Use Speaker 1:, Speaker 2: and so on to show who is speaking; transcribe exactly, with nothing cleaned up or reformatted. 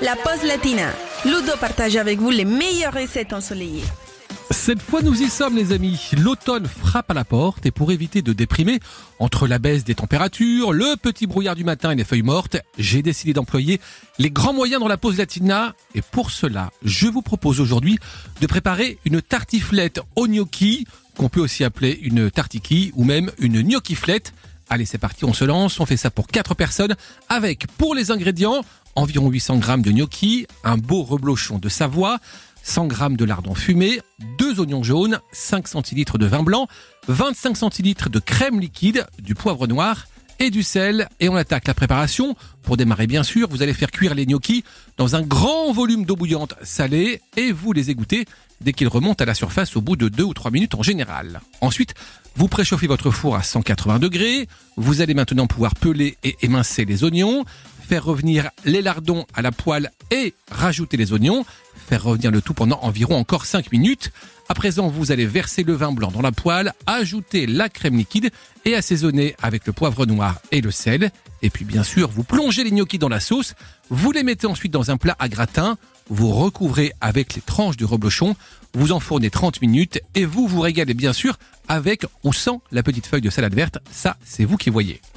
Speaker 1: La pause latina. Ludo partage avec vous les meilleures recettes ensoleillées.
Speaker 2: Cette fois, nous y sommes, les amis. L'automne frappe à la porte et pour éviter de déprimer, entre la baisse des températures, le petit brouillard du matin et les feuilles mortes, j'ai décidé d'employer les grands moyens dans la pause latina. Et pour cela, je vous propose aujourd'hui de préparer une tartiflette au gnocchi, qu'on peut aussi appeler une tartiki ou même une gnocchiflette. Allez, c'est parti, on se lance. On fait ça pour quatre personnes avec, pour les ingrédients, environ huit cents grammes de gnocchi, un beau reblochon de Savoie, cent grammes de lardons fumés, deux oignons jaunes, cinq centilitres de vin blanc, vingt-cinq centilitres de crème liquide, du poivre noir et du sel. Et on attaque la préparation. Pour démarrer, bien sûr, vous allez faire cuire les gnocchis dans un grand volume d'eau bouillante salée et vous les égouttez dès qu'ils remontent à la surface au bout de deux ou trois minutes en général. Ensuite, vous préchauffez votre four à cent quatre-vingts degrés. Vous allez maintenant pouvoir peler et émincer les oignons, faire revenir les lardons à la poêle et rajouter les oignons, faire revenir le tout pendant environ encore cinq minutes. À présent, vous allez verser le vin blanc dans la poêle, ajouter la crème liquide et assaisonner avec le poivre noir et le sel. Et puis bien sûr, vous plongez les gnocchis dans la sauce, vous les mettez ensuite dans un plat à gratin, vous recouvrez avec les tranches de reblochon, vous enfournez trente minutes et vous vous régalez bien sûr avec ou sans la petite feuille de salade verte. Ça, c'est vous qui voyez.